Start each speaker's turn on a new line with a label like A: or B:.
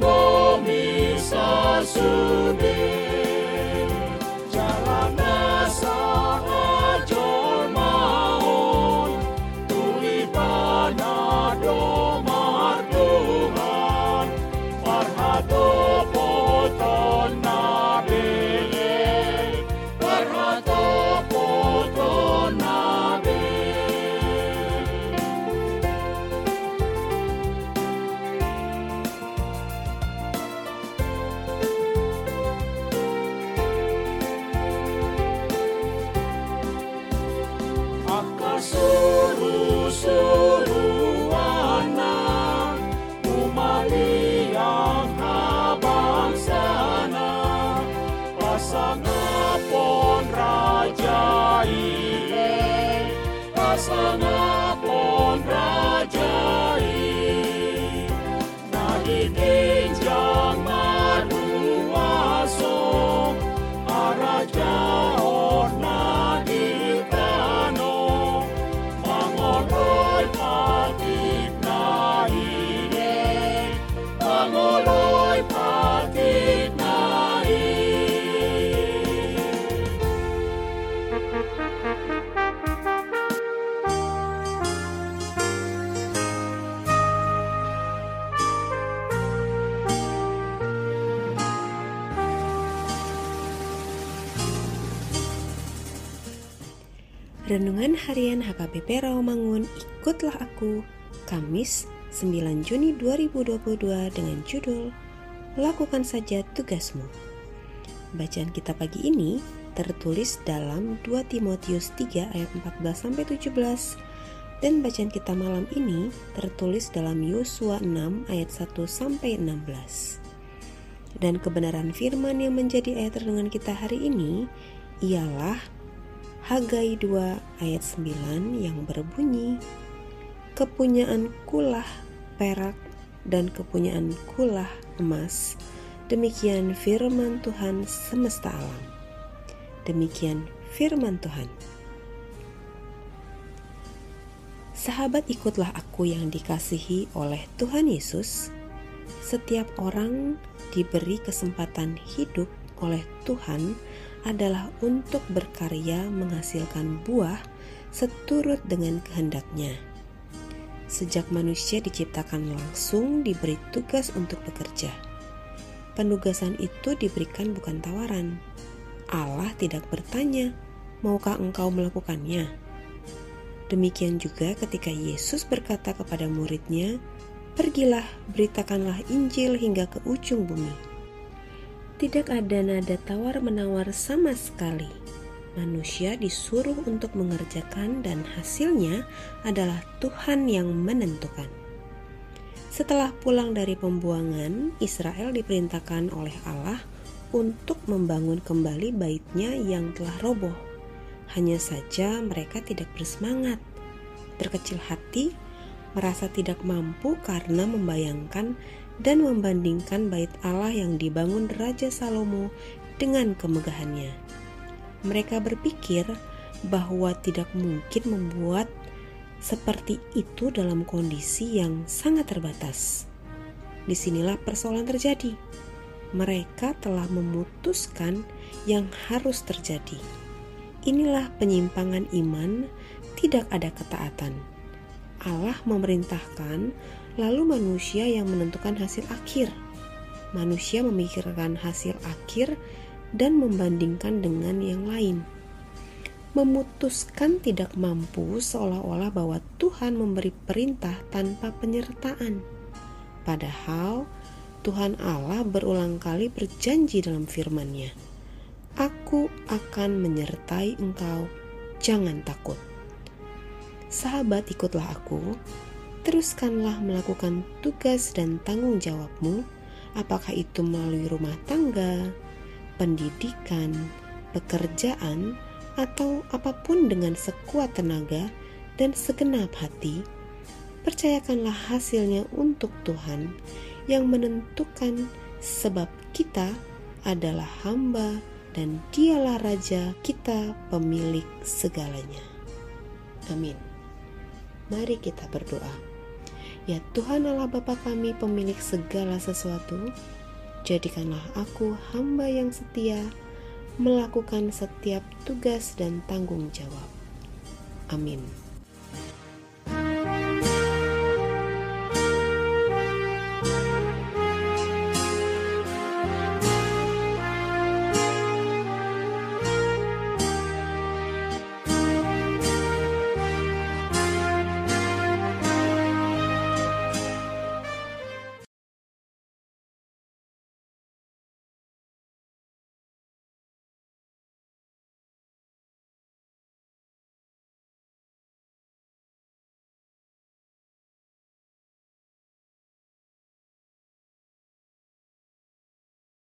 A: bumi sasudi jalan asa ajol maun tui bana domar Tuhan parhato poton nabe parhato poton nabe. Suruh-suruhana umaliang habang sana pasangapon raja ile pasangapon raja ile nagiginjang maruaso araja Mangoloy patik nai.
B: Renungan Harian HKBP Rawamangun, Ikutlah Aku, Kamis 9 Juni 2022 dengan judul Lakukan Saja Tugasmu. Bacaan kita pagi ini tertulis dalam 2 Timotius 3 ayat 14-17 dan bacaan kita malam ini tertulis dalam Yosua 6 ayat 1-16. Dan kebenaran firman yang menjadi ayat renungan kita hari ini ialah Hagai 2 ayat 9 yang berbunyi, kepunyaan kulah perak dan kepunyaan kulah emas, demikian firman Tuhan semesta alam. Demikian firman Tuhan. Sahabat, ikutlah aku yang dikasihi oleh Tuhan Yesus. Setiap orang diberi kesempatan hidup oleh Tuhan adalah untuk berkarya menghasilkan buah seturut dengan kehendaknya. Sejak manusia diciptakan langsung diberi tugas untuk bekerja. Penugasan itu diberikan bukan tawaran. Allah tidak bertanya, maukah engkau melakukannya? Demikian juga ketika Yesus berkata kepada muridnya, pergilah, beritakanlah Injil hingga ke ujung bumi. Tidak ada nada tawar-menawar sama sekali. Manusia disuruh untuk mengerjakan dan hasilnya adalah Tuhan yang menentukan. Setelah pulang dari pembuangan, Israel diperintahkan oleh Allah untuk membangun kembali bait-Nya yang telah roboh. Hanya saja mereka tidak bersemangat, berkecil hati, merasa tidak mampu karena membayangkan dan membandingkan bait Allah yang dibangun Raja Salomo dengan kemegahannya. Mereka berpikir bahwa tidak mungkin membuat seperti itu dalam kondisi yang sangat terbatas. Disinilah persoalan terjadi. Mereka telah memutuskan yang harus terjadi. Inilah penyimpangan iman, tidak ada ketaatan. Allah memerintahkan, lalu manusia yang menentukan hasil akhir. Manusia memikirkan hasil akhir dan membandingkan dengan yang lain. Memutuskan tidak mampu seolah-olah bahwa Tuhan memberi perintah tanpa penyertaan. Padahal Tuhan Allah berulang kali berjanji dalam firman-Nya, Aku akan menyertai engkau, jangan takut. Sahabat, ikutlah aku. Teruskanlah melakukan tugas dan tanggung jawabmu, apakah itu melalui rumah tangga, pendidikan, pekerjaan, atau apapun dengan sekuat tenaga dan segenap hati. Percayakanlah hasilnya untuk Tuhan yang menentukan, sebab kita adalah hamba dan Dialah Raja kita, pemilik segalanya. Amin. Mari kita berdoa. Ya Tuhan Allah Bapa kami, pemilik segala sesuatu, jadikanlah aku hamba yang setia, melakukan setiap tugas dan tanggung jawab. Amin.